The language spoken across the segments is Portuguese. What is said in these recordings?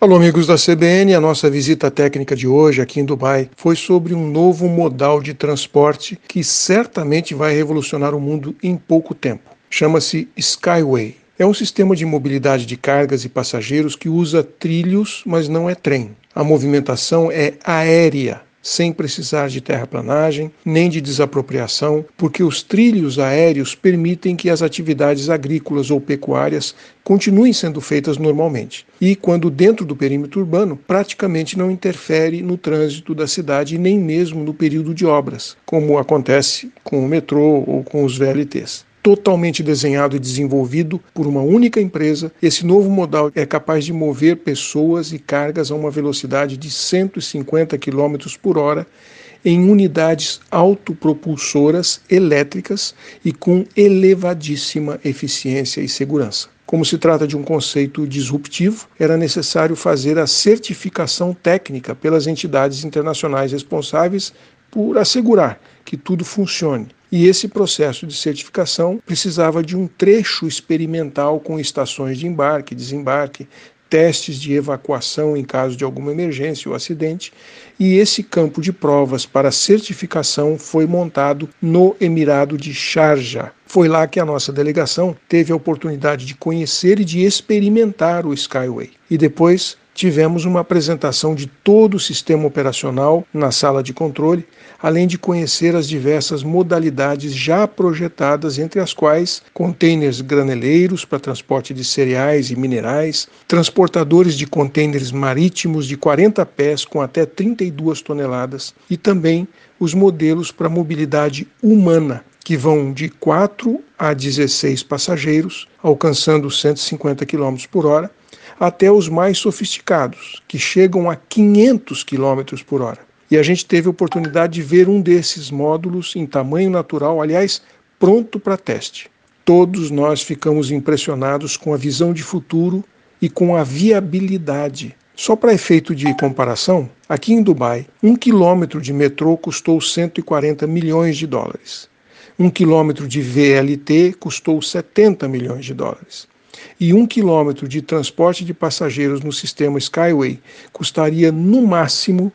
Alô, amigos da CBN, a nossa visita técnica de hoje aqui em Dubai foi sobre um novo modal de transporte que certamente vai revolucionar o mundo em pouco tempo. Chama-se Skyway. É um sistema de mobilidade de cargas e passageiros que usa trilhos, mas não é trem. A movimentação é aérea, sem precisar de terraplanagem nem de desapropriação, porque os trilhos aéreos permitem que as atividades agrícolas ou pecuárias continuem sendo feitas normalmente. E, quando dentro do perímetro urbano, praticamente não interfere no trânsito da cidade e nem mesmo no período de obras, como acontece com o metrô ou com os VLTs. Totalmente desenhado e desenvolvido por uma única empresa, esse novo modal é capaz de mover pessoas e cargas a uma velocidade de 150 km por hora em unidades autopropulsoras elétricas e com elevadíssima eficiência e segurança. Como se trata de um conceito disruptivo, era necessário fazer a certificação técnica pelas entidades internacionais responsáveis por assegurar que tudo funcione. E esse processo de certificação precisava de um trecho experimental com estações de embarque, desembarque, testes de evacuação em caso de alguma emergência ou acidente, e esse campo de provas para certificação foi montado no Emirado de Sharjah. Foi lá que a nossa delegação teve a oportunidade de conhecer e de experimentar o Skyway. E depois tivemos uma apresentação de todo o sistema operacional na sala de controle, além de conhecer as diversas modalidades já projetadas, entre as quais containers graneleiros para transporte de cereais e minerais, transportadores de containers marítimos de 40 pés com até 32 toneladas e também os modelos para mobilidade humana, que vão de 4 a 16 passageiros, alcançando 150 km por hora, até os mais sofisticados, que chegam a 500 km por hora. E a gente teve a oportunidade de ver um desses módulos em tamanho natural, aliás, pronto para teste. Todos nós ficamos impressionados com a visão de futuro e com a viabilidade. Só para efeito de comparação, aqui em Dubai, 1 quilômetro de metrô custou 140 milhões de dólares. 1 quilômetro de VLT custou 70 milhões de dólares. E 1 quilômetro de transporte de passageiros no sistema Skyway custaria, no máximo,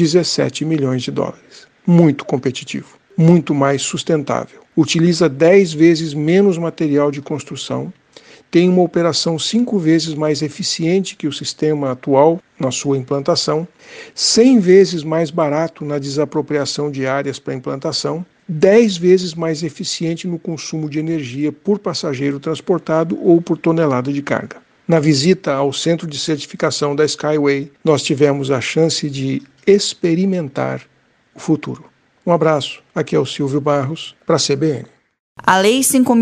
17 milhões de dólares. Muito competitivo, muito mais sustentável. Utiliza 10 vezes menos material de construção, tem uma operação 5 vezes mais eficiente que o sistema atual na sua implantação, 100 vezes mais barato na desapropriação de áreas para implantação, 10 vezes mais eficiente no consumo de energia por passageiro transportado ou por tonelada de carga. Na visita ao centro de certificação da Skyway, nós tivemos a chance de experimentar o futuro. Um abraço, aqui é o Silvio Barros, para a CBN. A Lei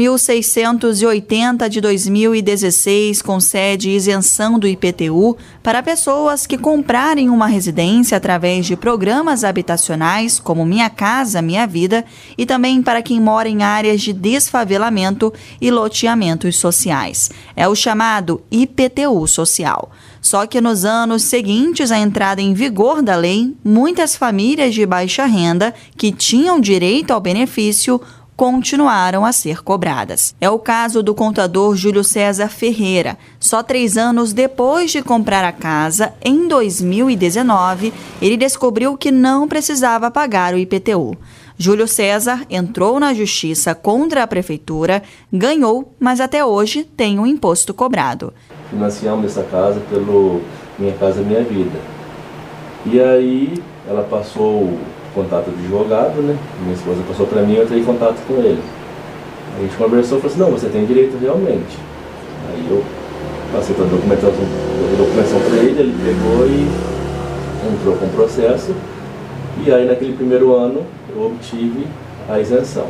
5.680 de 2016 concede isenção do IPTU para pessoas que comprarem uma residência através de programas habitacionais como Minha Casa, Minha Vida e também para quem mora em áreas de desfavelamento e loteamentos sociais. É o chamado IPTU social. Só que nos anos seguintes à entrada em vigor da lei, muitas famílias de baixa renda que tinham direito ao benefício continuaram a ser cobradas. É o caso do contador Júlio César Ferreira. Só 3 anos depois de comprar a casa, em 2019, ele descobriu que não precisava pagar o IPTU. Júlio César entrou na justiça contra a prefeitura, ganhou, mas até hoje tem um imposto cobrado. Financiamos essa casa pelo Minha Casa Minha Vida. E aí ela passou contato do advogado, né? Minha esposa passou para mim, eu entrei em contato com ele. A gente conversou e falou assim, não, você tem direito realmente. Aí eu passei toda a documentação para ele, ele pegou e entrou com o processo. E aí naquele primeiro ano eu obtive a isenção.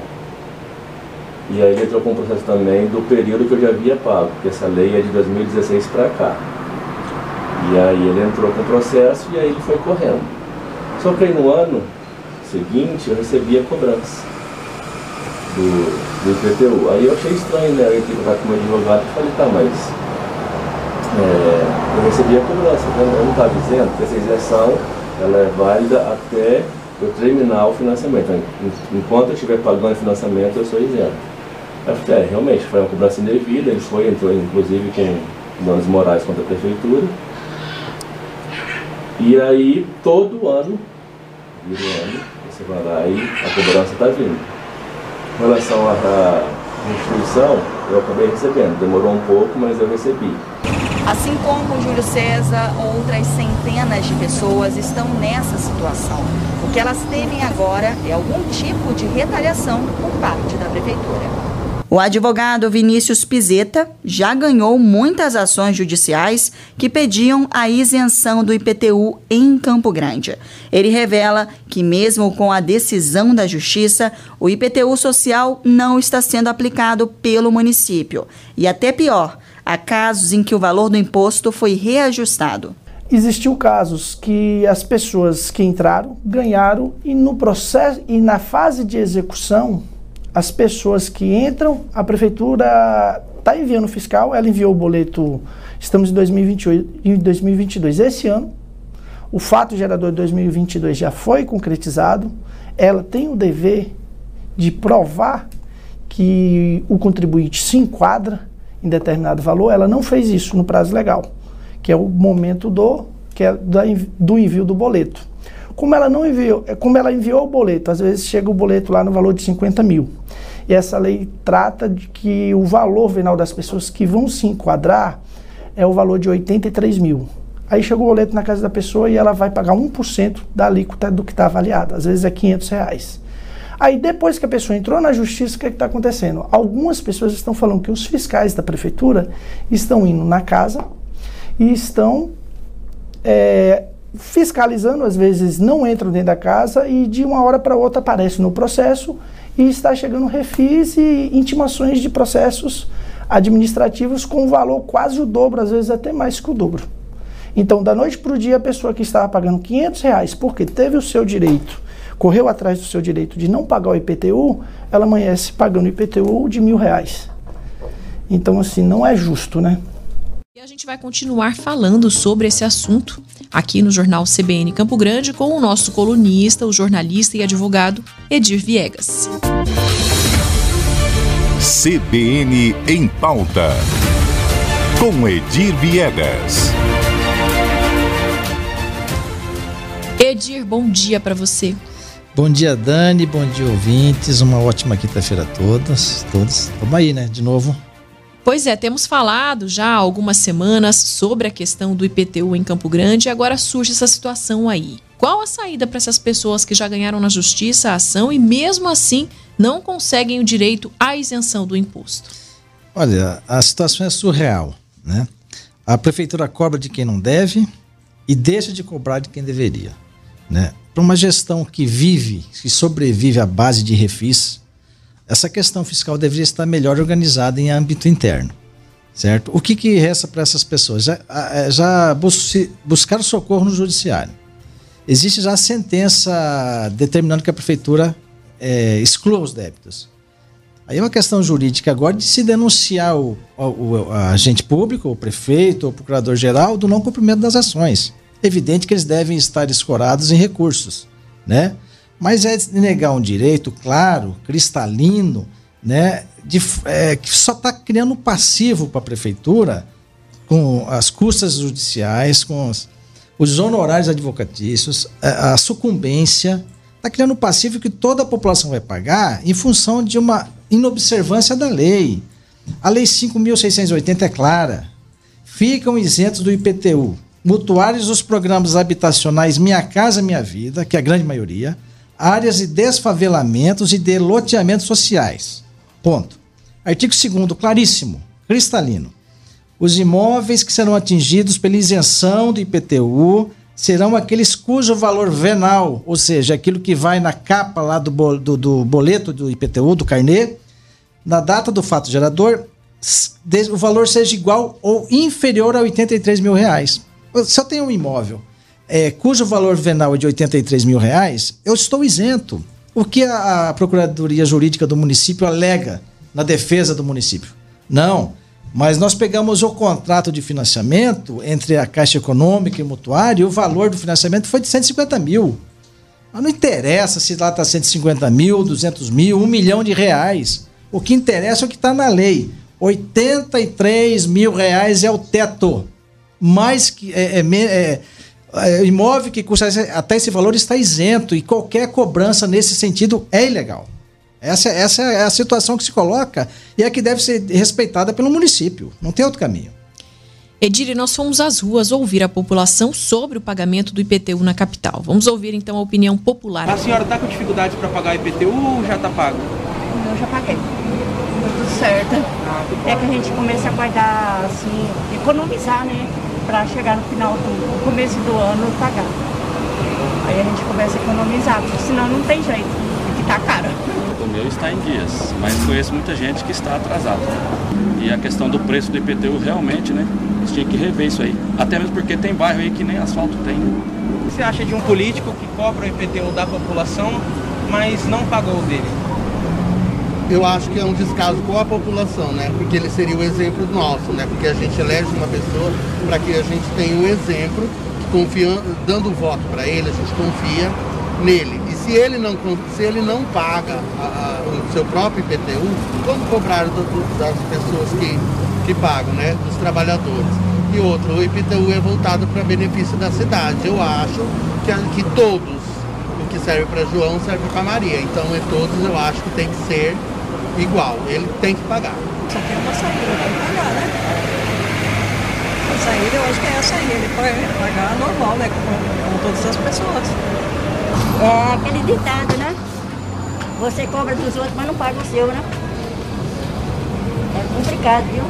E aí ele entrou com o processo também do período que eu já havia pago, porque essa lei é de 2016 para cá. E aí ele entrou com o processo e aí ele foi correndo. Só que aí no ano seguinte eu recebi a cobrança do IPTU. Aí eu achei estranho, né? Eu entrei com o meu advogado e falei, tá, mas eu recebi a cobrança, eu não estava dizendo que essa isenção ela é válida até eu terminar o financiamento. Enquanto eu estiver pagando o financiamento, eu sou isento. Eu falei, realmente foi uma cobrança indevida, entrou inclusive com danos morais contra a prefeitura. E aí, todo ano, você vai lá e a cobrança está vindo. Em relação à restituição, eu acabei recebendo. Demorou um pouco, mas eu recebi. Assim como o Júlio César, outras centenas de pessoas estão nessa situação. O que elas temem agora é algum tipo de retaliação por parte da prefeitura. O advogado Vinícius Pizeta já ganhou muitas ações judiciais que pediam a isenção do IPTU em Campo Grande. Ele revela que, mesmo com a decisão da Justiça, o IPTU social não está sendo aplicado pelo município. E até pior, há casos em que o valor do imposto foi reajustado. Existiu casos que as pessoas que entraram ganharam e no processo e na fase de execução, as pessoas que entram, a prefeitura está enviando o fiscal, ela enviou o boleto, estamos em 2028 e 2022. Esse ano, o fato gerador de 2022 já foi concretizado, ela tem o dever de provar que o contribuinte se enquadra em determinado valor, ela não fez isso no prazo legal, que é o momento do envio do boleto. Como ela enviou o boleto, às vezes chega o boleto lá no valor de 50 mil. E essa lei trata de que o valor venal das pessoas que vão se enquadrar é o valor de 83 mil. Aí chega o boleto na casa da pessoa e ela vai pagar 1% da alíquota do que está avaliado. Às vezes é R$500. Aí depois que a pessoa entrou na justiça, o que está acontecendo? Algumas pessoas estão falando que os fiscais da prefeitura estão indo na casa e estão fiscalizando, às vezes não entram dentro da casa e de uma hora para outra aparece no processo e está chegando refis e intimações de processos administrativos com valor quase o dobro, às vezes até mais que o dobro. Então, da noite para o dia, a pessoa que estava pagando R$500 porque teve o seu direito, correu atrás do seu direito de não pagar o IPTU, ela amanhece pagando o IPTU de R$1.000. Então, assim, não é justo, né? E a gente vai continuar falando sobre esse assunto aqui no Jornal CBN Campo Grande com o nosso colunista, o jornalista e advogado Edir Viegas. CBN em Pauta, com Edir Viegas. Edir, bom dia para você. Bom dia, Dani, bom dia, ouvintes, uma ótima quinta-feira a todos. Vamos aí, né, de novo. Pois é, temos falado já há algumas semanas sobre a questão do IPTU em Campo Grande e agora surge essa situação aí. Qual a saída para essas pessoas que já ganharam na justiça a ação e mesmo assim não conseguem o direito à isenção do imposto? Olha, a situação é surreal, né? A prefeitura cobra de quem não deve e deixa de cobrar de quem deveria, né? Para uma gestão que sobrevive à base de refis, essa questão fiscal deveria estar melhor organizada em âmbito interno, certo? O que resta para essas pessoas? Já buscaram socorro no judiciário. Existe já a sentença determinando que a prefeitura exclua os débitos. Aí é uma questão jurídica agora de se denunciar o agente público, o prefeito, o procurador-geral do não cumprimento das ações. Evidente que eles devem estar escorados em recursos, né? Mas é negar um direito claro, cristalino, né, que só está criando um passivo para a prefeitura com as custas judiciais, com os honorários advocatícios, a sucumbência. Está criando um passivo que toda a população vai pagar em função de uma inobservância da lei. A Lei 5.680 é clara. Ficam isentos do IPTU mutuários dos programas habitacionais Minha Casa Minha Vida, que é a grande maioria, áreas de desfavelamentos e de loteamentos sociais. Ponto. Artigo 2º, claríssimo, cristalino. Os imóveis que serão atingidos pela isenção do IPTU serão aqueles cujo valor venal, ou seja, aquilo que vai na capa lá do boleto do IPTU, do carnê, na data do fato gerador, o valor seja igual ou inferior a R$83 mil. Se eu tenho um imóvel cujo valor venal é de R$83 mil, eu estou isento. O que a Procuradoria Jurídica do município alega na defesa do município? Não, mas nós pegamos o contrato de financiamento entre a Caixa Econômica e o mutuário e o valor do financiamento foi de R$150 mil. Mas não interessa se lá está 150 mil, 200 mil, R$1 milhão. O que interessa é o que está na lei. R$83 mil é o teto. Mais que Imóvel que custa até esse valor está isento e qualquer cobrança nesse sentido é ilegal. Essa é a situação que se coloca e é que deve ser respeitada pelo município. Não tem outro caminho. Edir, nós fomos às ruas ouvir a população sobre o pagamento do IPTU na capital. Vamos ouvir então a opinião popular. A senhora está com dificuldade para pagar o IPTU ou já está pago? Eu já paguei. Tudo certo. É que a gente começa a guardar, assim, economizar, né? Para chegar no final do começo do ano pagar. Aí a gente começa a economizar, porque senão não tem jeito, porque tá caro. O meu está em dias, mas conheço muita gente que está atrasada. E a questão do preço do IPTU realmente, né? Eles tinham que rever isso aí. Até mesmo porque tem bairro aí que nem asfalto tem. O que você acha de um político que cobra o IPTU da população, mas não pagou o dele? Eu acho que é um descaso com a população, né? Porque ele seria o exemplo nosso, né? Porque a gente elege uma pessoa para que a gente tenha um exemplo, dando voto para ele, a gente confia nele. E se ele não paga o seu próprio IPTU, como cobrar das pessoas que pagam, né? Dos trabalhadores. E outro, o IPTU é voltado para benefício da cidade. Eu acho que todos, o que serve para João serve para Maria. Então, todos eu acho que tem que ser igual, ele tem que pagar. Só tem uma saída, tem que pagar, né? A saída, eu acho que é essa aí, ele pode pagar normal, né? Com todas as pessoas. É aquele ditado, né? Você cobra dos outros, mas não paga o seu, né? É complicado, viu?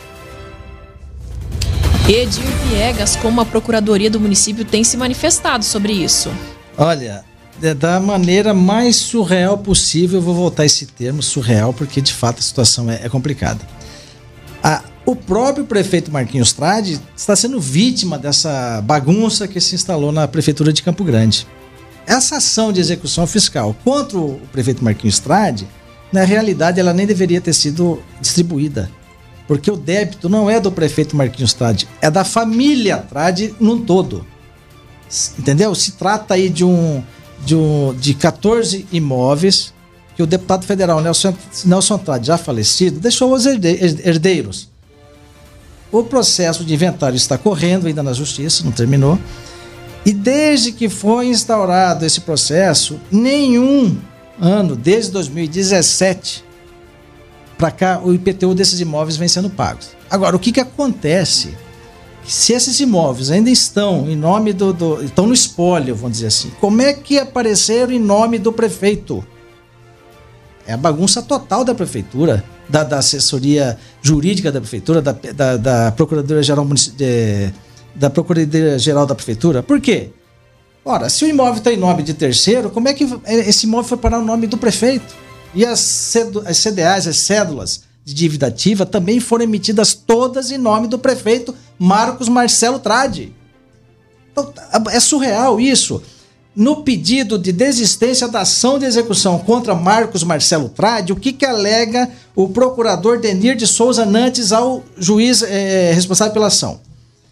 Edir Viegas, como a Procuradoria do município tem se manifestado sobre isso? Olha, da maneira mais surreal possível, eu vou voltar a esse termo surreal, porque de fato a situação é complicada. O próprio prefeito Marquinhos Trade está sendo vítima dessa bagunça que se instalou na prefeitura de Campo Grande. Essa ação de execução fiscal contra o prefeito Marquinhos Trade, na realidade, ela nem deveria ter sido distribuída, porque o débito não é do prefeito Marquinhos Trade, é da família Trade num todo. Entendeu? Se trata aí de 14 imóveis que o deputado federal Nelson Trade, já falecido, deixou os herdeiros. O processo de inventário está correndo ainda na justiça, não terminou. E desde que foi instaurado esse processo, nenhum ano, desde 2017 para cá, o IPTU desses imóveis vem sendo pago. Agora, o que acontece? Se esses imóveis ainda estão em nome estão no espólio, vamos dizer assim, como é que apareceram em nome do prefeito? É a bagunça total da prefeitura, da assessoria jurídica da prefeitura, da Procuradoria-Geral da Procuradoria-Geral da Prefeitura. Por quê? Ora, se o imóvel está em nome de terceiro, como é que esse imóvel foi parar no nome do prefeito? E as CDAs, as cédulas de dívida ativa, também foram emitidas todas em nome do prefeito Marcos Marcelo Trade. Então, é surreal isso. No pedido de desistência da ação de execução contra Marcos Marcelo Trade, o que alega o procurador Denir de Souza Nantes ao juiz responsável pela ação?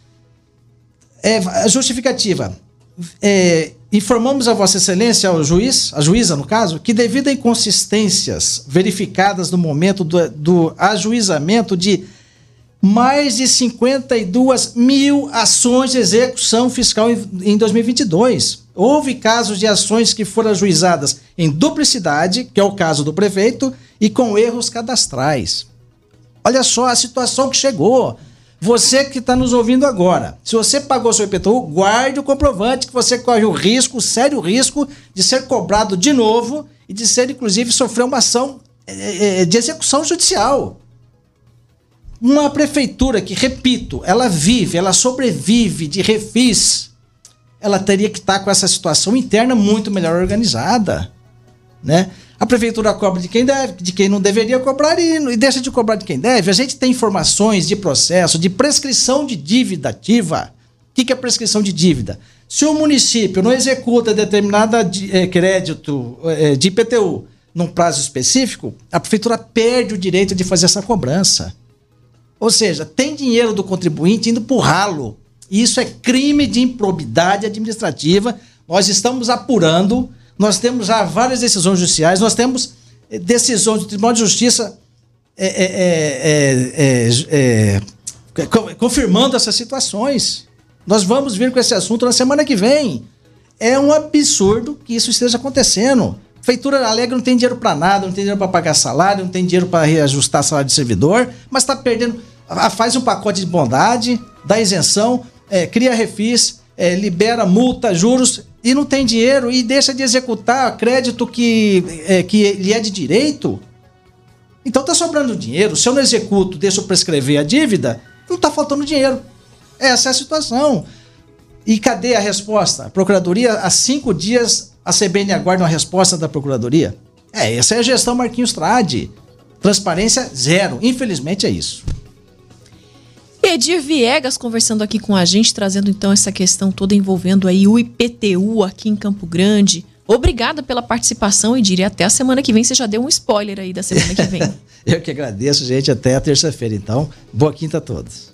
A justificativa. Informamos a Vossa Excelência, ao juiz, a juíza no caso, que devido a inconsistências verificadas no momento do ajuizamento de mais de 52 mil ações de execução fiscal em 2022. Houve casos de ações que foram ajuizadas em duplicidade, que é o caso do prefeito, e com erros cadastrais. Olha só a situação que chegou. Você que está nos ouvindo agora, se você pagou seu IPTU, guarde o comprovante que você corre o risco, o sério risco, de ser cobrado de novo e de ser, inclusive, sofrer uma ação de execução judicial. Uma prefeitura que, repito, ela sobrevive de refis, ela teria que estar com essa situação interna muito melhor organizada, né? A prefeitura cobra de quem deve, de quem não deveria cobrar e deixa de cobrar de quem deve. A gente tem informações de processo, de prescrição de dívida ativa. O que é prescrição de dívida? Se o município não executa determinado crédito de IPTU num prazo específico, a prefeitura perde o direito de fazer essa cobrança. Ou seja, tem dinheiro do contribuinte indo pro ralo. E isso é crime de improbidade administrativa. Nós estamos apurando. Nós temos já várias decisões judiciais, nós temos decisões do Tribunal de Justiça confirmando essas situações. Nós vamos vir com esse assunto na semana que vem. É um absurdo que isso esteja acontecendo. A Prefeitura alega não tem dinheiro para nada, não tem dinheiro para pagar salário, não tem dinheiro para reajustar salário de servidor, mas está perdendo. Faz um pacote de bondade, dá isenção, cria refis, libera multa, juros e não tem dinheiro e deixa de executar crédito que lhe é de direito. Então tá sobrando dinheiro. Se eu não executo, deixo prescrever a dívida, não tá faltando dinheiro. Essa é a situação. E cadê a resposta? A Procuradoria, há 5 dias, a CBN aguarda uma resposta da Procuradoria. Essa é a gestão Marquinhos Trade. Transparência zero. Infelizmente é isso. Edir Viegas conversando aqui com a gente, trazendo então essa questão toda envolvendo aí o IPTU aqui em Campo Grande. Obrigada pela participação, Edir, e até a semana que vem. Você já deu um spoiler aí da semana que vem. Eu que agradeço, gente. Até a terça-feira, então. Boa quinta a todos.